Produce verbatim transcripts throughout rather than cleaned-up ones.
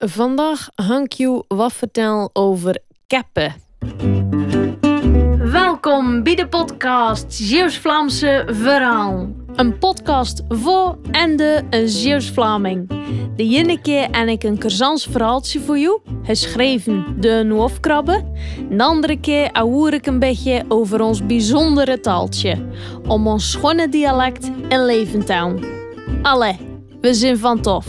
Vandaag ga ik je wat vertellen over keppen. Welkom bij de podcast Zeeuws-Vlaamse Verhaal. Een podcast voor en de Zeeuws-Vlaming. De ene keer heb ik een Kerzans verhaaltje voor je, geschreven de Noofkrabbe. De andere keer hoor ik een beetje over ons bijzondere taaltje, om ons schone dialect in leven te houden. Allee, we zijn van tof.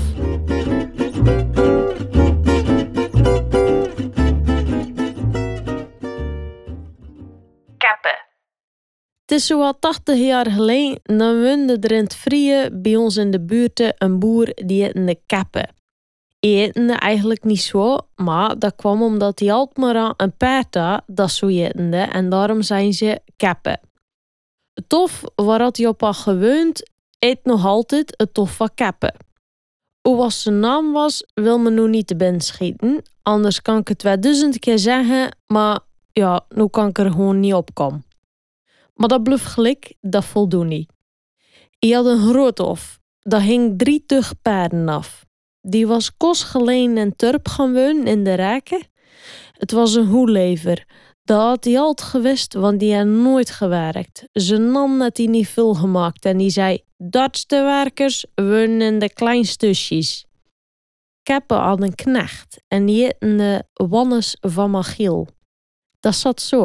Keppen. Het is zo'n tachtig jaar geleden, dan woonde er in het Vrije bij ons in de buurt een boer die heette Keppen. Hij heette eigenlijk niet zo, maar dat kwam omdat hij altijd maar een paard had dat zo heette en daarom zijn ze Keppen. Het tof waar hij op had gewoond, eet nog altijd het tof van Keppen. Hoe was zijn naam was, wil me nu niet te binnen schieten, anders kan ik het wel duizend keer zeggen, maar ja, nu kan ik er gewoon niet op komen. Maar dat bluf gelijk, dat voldoet niet. Hij had een groot hof, daar hing drie tug paarden af. Die was kostgeleen en turp gaan wonen in de Rijken. Het was een hoelever. Dat had hij altijd gewist, want die had nooit gewerkt. Zijn nam had hij niet veel gemaakt en die zei, datste werkers wonen in de kleinstusjes. Keppen had een knecht en die heette de Wannes van Magiel. Dat zat zo.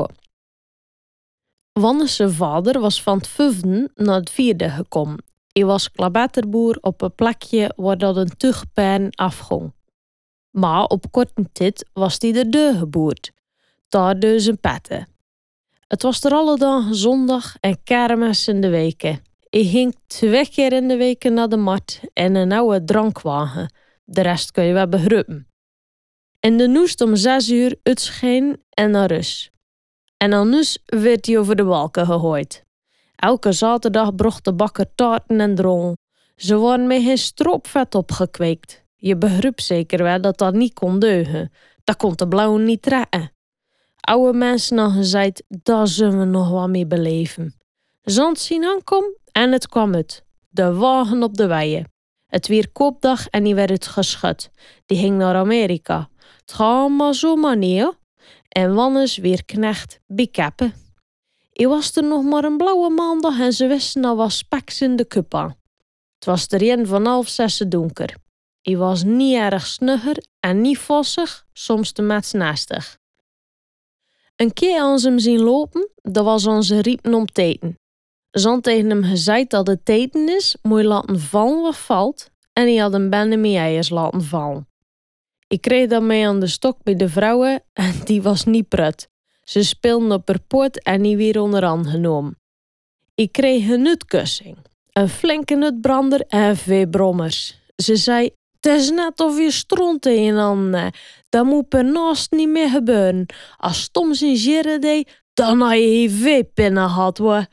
Wannes' vader was van het vijfde naar het vierde gekomen. Hij was klabetterboer op een plekje waar dat een tugpijn afging. Maar op korte tijd was hij de deur geboerd. Daar dus een petten. Het was er alle dagen zondag en kermis in de weken. Hij ging twee keer in de weken naar de markt en een oude drankwagen. De rest kun je wel begrijpen. En de noest om zes uur uitscheen en naar rust. En dan dus werd hij over de balken gegooid. Elke zaterdag bracht de bakker taarten en drol. Ze waren met geen stroopvet opgekweekt. Je begreep zeker wel dat dat niet kon deugen. Dat kon de blauwe niet trekken. Oude mensen hadden gezegd, daar zullen we nog wat mee beleven. Zand zien aankom en het kwam uit. De wagen op de weien. Het weer koopdag en die werd het geschud. Die ging naar Amerika. Het gaat maar zomaar niet, hoor. En Wannes weer knecht bij Keppen. Hij was er nog maar een blauwe maandag en ze wisten al wat speks in de kup aan. Het was er een van half zessen donker. Hij was niet erg snugger en niet vossig, soms te metsnestig. Een keer aan ze hem zien lopen, dat was onze riepen om teten. Ze had tegen hem gezegd dat het teten is, moet je laten vallen wat valt, en hij had een bende met eiers laten vallen. Ik kreeg dat mee aan de stok bij de vrouwen en die was niet prut. Ze speelden op haar poort en die weer onderhand genomen. Ik kreeg een nutkussing, een flinke nutbrander en veel brommers. Ze zei, het is net of je stront in je handen. Dat moet per naast niet meer gebeuren. Als Tom zijn jere deed, dan had je veel pinnen gehad, hoor.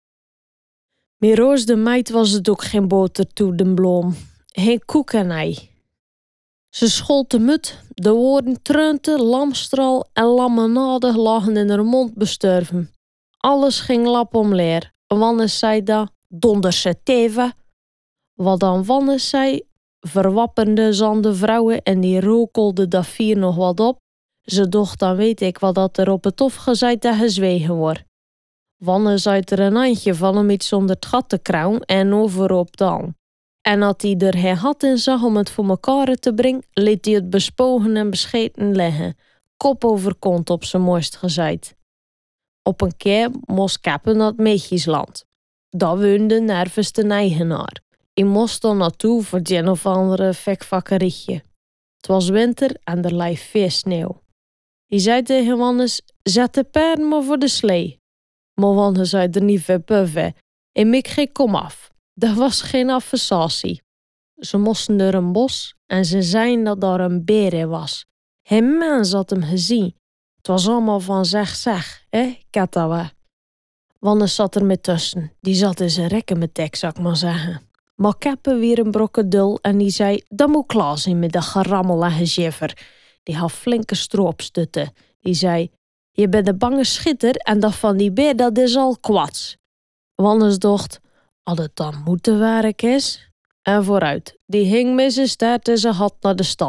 Met Roos de meid was het ook geen boter toe den bloem. Geen koek en ei. Ze schold de mut, de woorden treunte, lamstral en lammenade lagen in haar mond besturven. Alles ging lap om leer. Wannes zei dat, donderse teven. Wat dan Wannes zei, verwappende ze aan de vrouwen en die rokelde dat vier nog wat op. Ze dacht, dan weet ik wat dat er op het hof gezegd en gezwegen wordt. Wannes uit er een handje van hem iets onder het gat te krauwen en overop dan. En als hij er hij had in zag om het voor mekaar te brengen, liet hij het bespogen en bescheten liggen, kop over kont op zijn mooist gezeit. Op een keer moest Keppen naar het Meetjesland. Daar woonde nergens de eigenaar. Hij moest dan naartoe voor het een of andere fekvakkerietje. Het was winter en er lag veel sneeuw. Hij zei tegen Wannes, zet de paarden maar voor de slee. Maar Wannes zei er niet veel puffen. En ik ging kom af. Dat was geen affessatie. Ze moesten door een bos en ze zeiden dat daar een beer in was. Geen mens had hem gezien. Het was allemaal van zeg zeg, hè, katawa. Wannes zat er met tussen. Die zat in zijn rekken met tek, zou ik maar zeggen. Maar Keppen weer een brokken dul en die zei, dat moet klaar zijn met dat gerammel en geziffer. Die had flinke stroopstutten. Die zei, je bent een bange schitter en dat van die beer, dat is al kwats. Wannes dacht, als het dan moeten werk is. En vooruit, die hing met zijn staart en zijn hat naar de stal.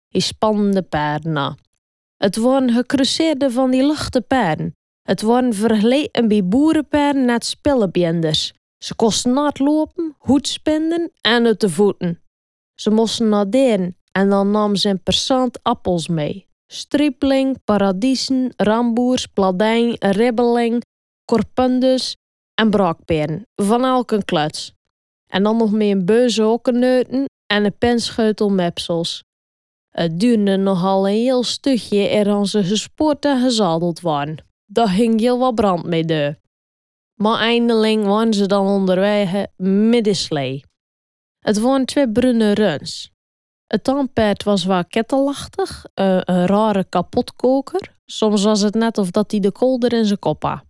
Die spannen de paarden na. Het waren gecruceerde van die lichte paarden. Het waren vergeleken bij boerenpaarden net spellenbenders. Ze kosten na het lopen, hoedspinden en uit de voeten. Ze moesten naderen en dan namen ze een persoon appels mee. Striepeling, paradiezen, ramboers, pladijn, ribbeling, korpundus en braakperen. Van elke kluts. En dan nog mee een beuze hokkenneuten en een penscheutel mepsels. Het duurde nogal een heel stukje eer ze gespoord en gezadeld waren. Daar ging heel wat brand mee de. Maar eindelijk waren ze dan onderweg met de slee. Het waren twee bruine runs. Het tandpaard was wat kettelachtig, uh, een rare kapotkoker. Soms was het net of dat hij de kolder in zijn kop had.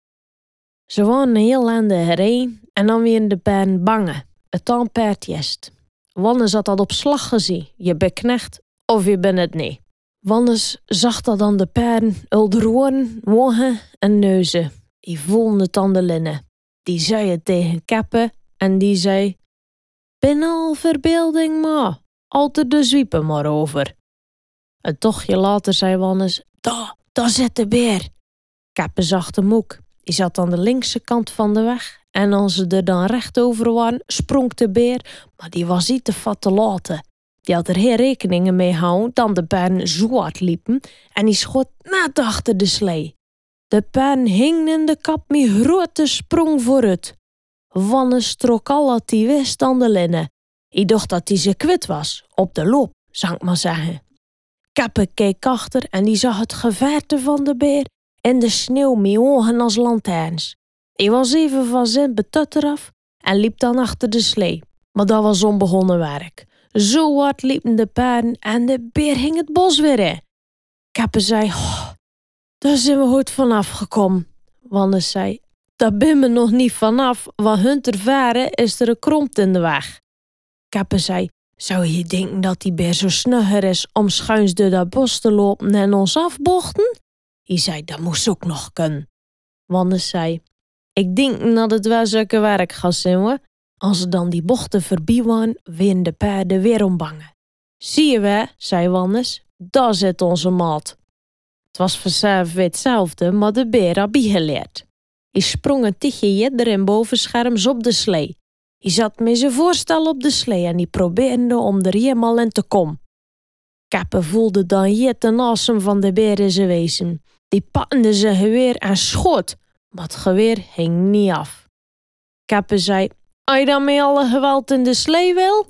Ze waren heel aan de herrie en dan weer de paarden bangen. Het tandpaard jest. Wanneer zat dat op slag gezien? Je bent knecht of je bent het niet. Wanneer zag dat dan de paarden uldroen, wogen en neuzen. Die voelden het aan de linnen. Die zei het tegen Keppe en die zei: ben al verbeelding maar, altijd de zwiepen maar over. Een tochtje later zei Wannes: daar, daar zit de beer. Keppe zag de moek. Die zat aan de linkse kant van de weg en als ze er dan recht over waren, sprong de beer, maar die was niet te vat te laten. Die had er geen rekeningen mee gehouden dat de paarden zo hard liepen en die schot net achter de slee. De paarden hingen in de kap met grote sprong vooruit. Wannes trok al wat hij wist aan de linnen. Ik dacht dat hij ze kwit was, op de loop, zou ik maar zeggen. Keppe keek achter en die zag het geverte van de beer in de sneeuw met ogen als lantaarns. Hij was even van zijn betutter af en liep dan achter de slee. Maar dat was onbegonnen werk. Zo hard liepen de paarden en de beer hing het bos weer in. Keppe zei: oh, daar zijn we goed vanaf gekomen. Wannes zei: daar ben we nog niet vanaf, want hunter varen is er een kromp in de weg. Keppe zei: zou je denken dat die beer zo snugger is om schuins door dat bos te lopen en ons afbochten? Hij zei: dat moest ook nog kunnen. Wannes zei: ik denk dat het wel zulke werk gaat zijn hoor. Als ze dan die bochten voorbij waren, werden de paarden weer ombangen. Zie je wel, zei Wannes, daar zit onze maat. Het was vanzelf weer hetzelfde, maar de beer had bijgeleerd. Hij sprong een tichtje jidder in bovenscherms op de slee. Hij zat met zijn voorstel op de slee en hij probeerde om er helemaal in te komen. Keppe voelde dan jit de asem van de beer in zijn wezen. Die pakte zijn geweer en schoot, maar het geweer hing niet af. Keppe zei: als je dan met alle geweld in de slee wil,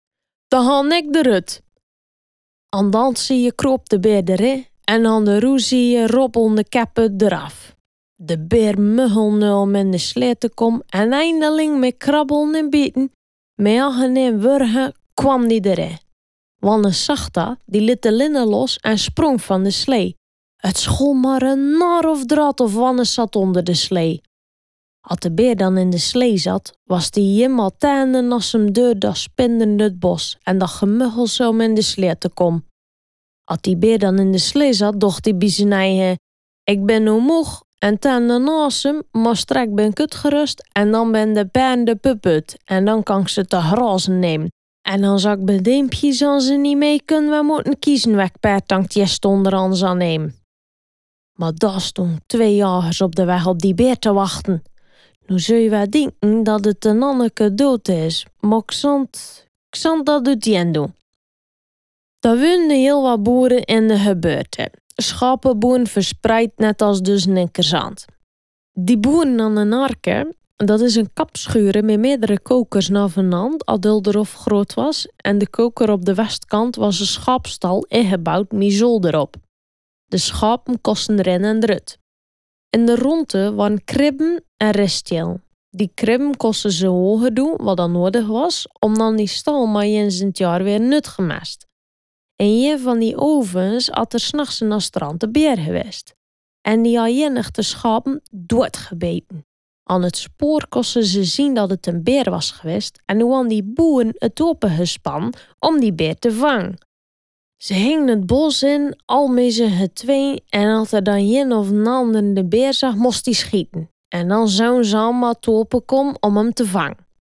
dan ga ik eruit. Aan dan zie je kroop de beer erin en aan de roe zie je robbelde Keppe eraf. De beer muggelde om in de slee te komen en eindelijk met krabbelen en bieten, met aangeneem wurgen, kwam die erin. Wannes zag dat, die liet de linnen los en sprong van de slee. Het school maar een nar of draad of Wannes zat onder de slee. Als de beer dan in de slee zat, was die helemaal tanden als hem deur dat spindende het bos en dat gemuggel zo om in de slee te komen. Als die beer dan in de slee zat, dacht hij bij zijn eigen: ik ben nu moeg en tanden naast hem, maar straks ben ik het gerust en dan ben de pijn de puput en dan kan ik ze te grazen nemen. En dan zou ik bedeempjes als ze niet mee kunnen, we moeten kiezen welk paard dan het onder ons aannemen. Maar daar stonden twee jagers op de weg op die beer te wachten. Nu zul je wel denken dat het een anneke dood is, maar ik zand, ik zand dat doet die doen. Daar woonden heel wat boeren in de gebeurte. Schapenboeren verspreid net als dus in Kerzand. Die boeren aan een arke, dat is een kapschuur met meerdere kokers navenant, als Dulderhof groot was, en de koker op de westkant was een schaapstal ingebouwd met zool erop. De schapen kosten erin en eruit. In de ronde waren kribben en restjel. Die kribben kosten ze hoger doen, wat dan nodig was, om dan die stal maar eens in het jaar weer nut gemest. In een van die ovens had er 's nachts een strand de beer geweest. En die had jenig de schapen doodgebeten. Aan het spoor konden ze zien dat het een beer was geweest en nu hadden die boeren het opengespan om die beer te vangen. Ze hingen het bos in, al met z'n getwee, en als er dan een of een ander de beer zag, moest hij schieten. En dan zou ze allemaal te open komen om hem te vangen.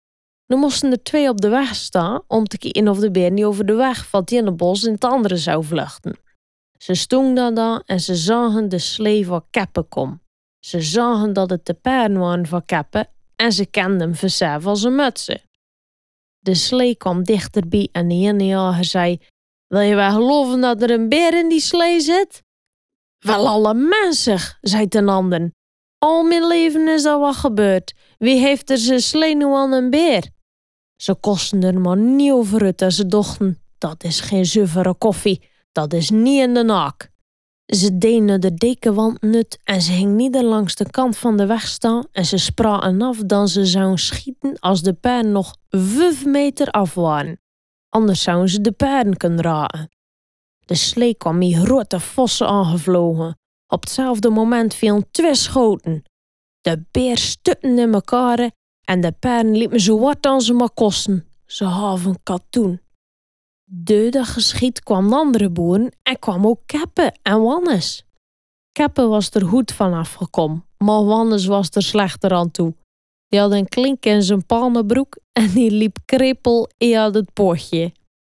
Nu moesten er twee op de weg staan om te kijken of de beer niet over de weg van het ene bos in het andere zou vluchten. Ze stonden daar en ze zagen de slee van Keppe kom. Ze zagen dat het de paarden waren van Keppe en ze kenden hem vanzelf als een mutsen. De slee kwam dichterbij en de ene jager zei: wil je wel geloven dat er een beer in die slee zit? Wel alle mensen, zei de ander. Al mijn leven is dat wat gebeurd. Wie heeft er zijn slee nu aan een beer? Ze kosten er maar niet over uit en ze dachten: dat is geen zuivere koffie, dat is niet in de naak. Ze deden de dekenwand nut en ze hing niet langs de kant van de weg staan en ze spraken af dat ze zouden schieten als de paarden nog vijf meter af waren. Anders zouden ze de paarden kunnen raken. De slee kwam met grote vossen aangevlogen. Op hetzelfde moment vielen twee schoten. De beer stutten in elkaar en de paarden liepen zo hard als ze maar kosten. Ze hadden katoen. Door dat geschiet kwam de andere boeren en kwam ook Keppe en Wannes. Keppe was er goed van afgekomen, maar Wannes was er slechter aan toe. Die had een klink in zijn pannenbroek en die liep krepel uit het poortje.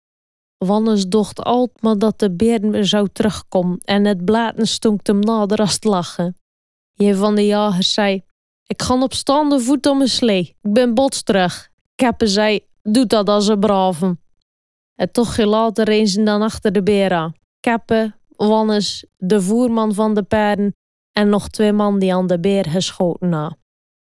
Wannes dacht altijd maar dat de beer zou terugkomen en het blaten stonk hem nader als het lachen. Een van de jagers zei: ik ga op staande voet om mijn slee, ik ben bots terug. Keppe zei: doe dat als een brave. En toch later reed ze dan achter de beer aan. Keppe, Wannes, de voerman van de paarden en nog twee man die aan de beer geschoten hadden.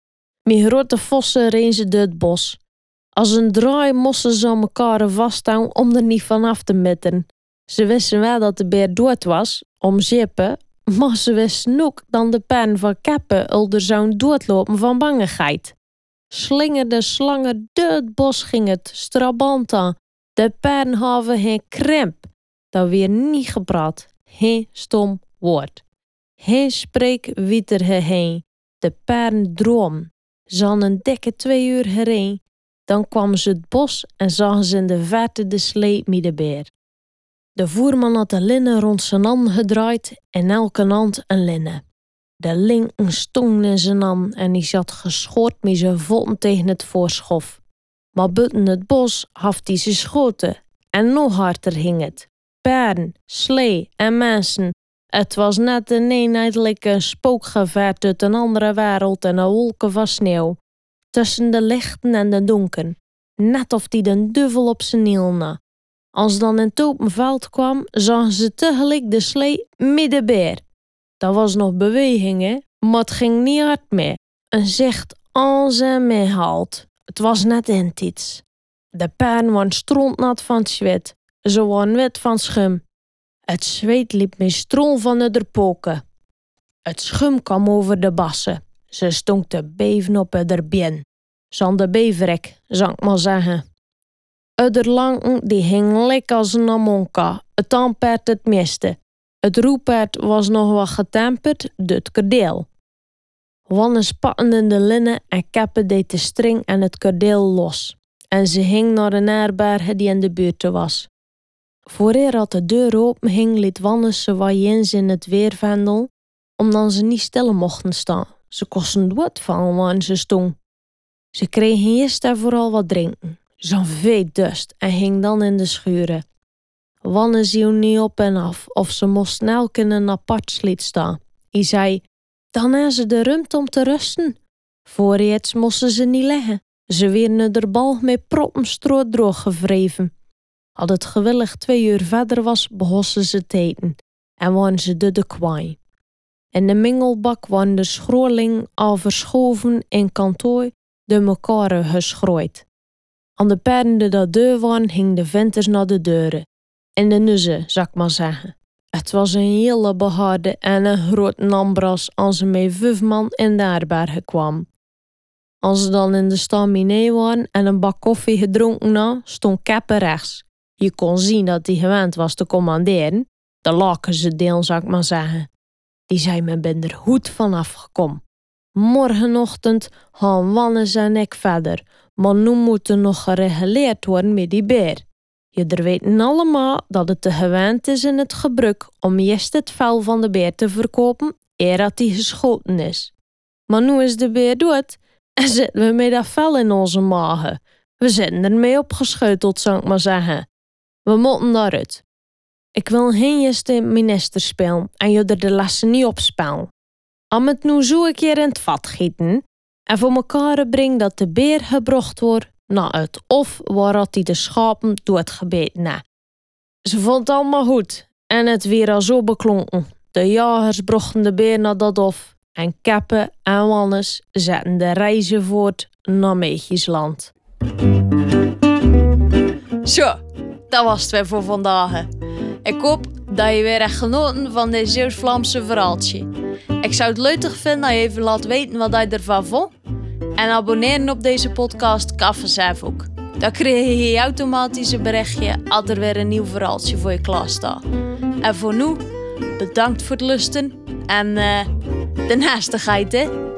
Met grote vossen reden ze door het bos. Als een draai moesten ze aan elkaar vasthouden om er niet vanaf te mitten. Ze wisten wel dat de beer dood was, om zippen, maar ze wisten ook dat de paarden van Keppe er zouden doodlopen van bangigheid. Slingerde slangen door het bos ging het, strabant aan. De paarden hadden geen krimp. Dat weer niet gepraat. Geen stom woord. Geen spreek wieter heen. De paarden droom. Ze hadden een dikke twee uur gereden. Dan kwamen ze het bos en zagen ze in de verte de slee met de beer. De voerman had de linnen rond zijn hand gedraaid en elke hand een linnen. De linken stong in zijn hand en die zat geschoord met zijn voeten tegen het voorschof. Maar buiten het bos had hij ze schoten en nog harder ging het. Paarden, slee en mensen. Het was net een eenheidelijke spookgevaart uit een andere wereld en een wolken van sneeuw. Tussen de lichten en de donker. Net of die de duivel op zijn niel na. Als dan in het open veld kwam, zagen ze tegelijk de slee met de beer. Dat was nog beweging, hè? Maar het ging niet hard meer. Een zicht als en meehaalt. Het was net in iets. De paarden waren strontnat van het zweet. Ze waren wit van schum. Het zweet liep met strol van de poken. Het schum kwam over de bassen. Ze stonk te beven op haar bien. Zan de beverek, zou ik maar zeggen. Uder lanken die hing lek als een amonka. Het tandpaard het meeste. Het roepaard was nog wat getemperd door het kordeel. Wannes spatten in de linnen en Keppe deed de string en het kordeel los. En ze hing naar een herberg die in de buurt was. Vooreer had de deur open hing, liet Wannes ze wat jens in het weervendel, omdat ze niet stil mochten staan. Ze kosten dood van waar ze stond. Ze kregen eerst daar vooral wat drinken. Zo'n veedust en hing dan in de schuren. Wannes hield niet op en af of ze moest elk in een apart sliet staan. Hij zei: dan hebben ze de ruimte om te rusten. Vooreerts moesten ze niet leggen. Ze werden er bal met proppen stro droog gevreven. Als het gewillig twee uur verder was, begonnen ze te eten en waren ze de de kwaai. In de mingelbak waren de schroling al verschoven in kantoor de mekaar geschrooid. Aan de paarden die dat deur waren, hing de venters naar de deuren. In de nussen, zou ik maar zeggen. Het was een hele behaarde en een grote ambras als ze met vijf man in de herberg kwam. Als ze dan in de staminé waren en een bak koffie gedronken hadden, stond Keppe rechts. Je kon zien dat hij gewend was te commanderen. De laken ze deel, zou ik maar zeggen. Die zei: men ben er goed vanaf gekomen. Morgenochtend gaan Wannes en ik verder, maar nu moet er nog gereguleerd worden met die beer. Je er weten allemaal dat het te gewend is in het gebruik om eerst het vel van de beer te verkopen eer dat hij geschoten is. Maar nu is de beer dood en zitten we met dat vel in onze magen. We zitten ermee opgescheuteld, zou ik maar zeggen. We moeten daaruit. Ik wil geen eerste minister spelen en je er de lessen niet op spelen. Om het nu zo een keer in het vat gieten en voor mekaar brengen dat de beer gebracht wordt naar het of waar hij de schapen doodgebeten heeft. Ze vond het allemaal goed en het weer al zo beklonken. De jagers brachten de beer naar dat hof en Keppe en Wannes zetten de reizen voort naar Meegiesland. Zo, dat was het weer voor vandaag. Ik hoop dat je weer hebt genoten van dit Zeeuws-Vlaamse verhaaltje. Ik zou het leuk vinden als je even laat weten wat je ervan vond. En abonneren op deze podcast kan vanzelf ook. Dan krijg je automatisch een berichtje als er weer een nieuw verhaaltje voor je klaar staat. En voor nu, bedankt voor het luisteren en uh, de naastigheid, hè.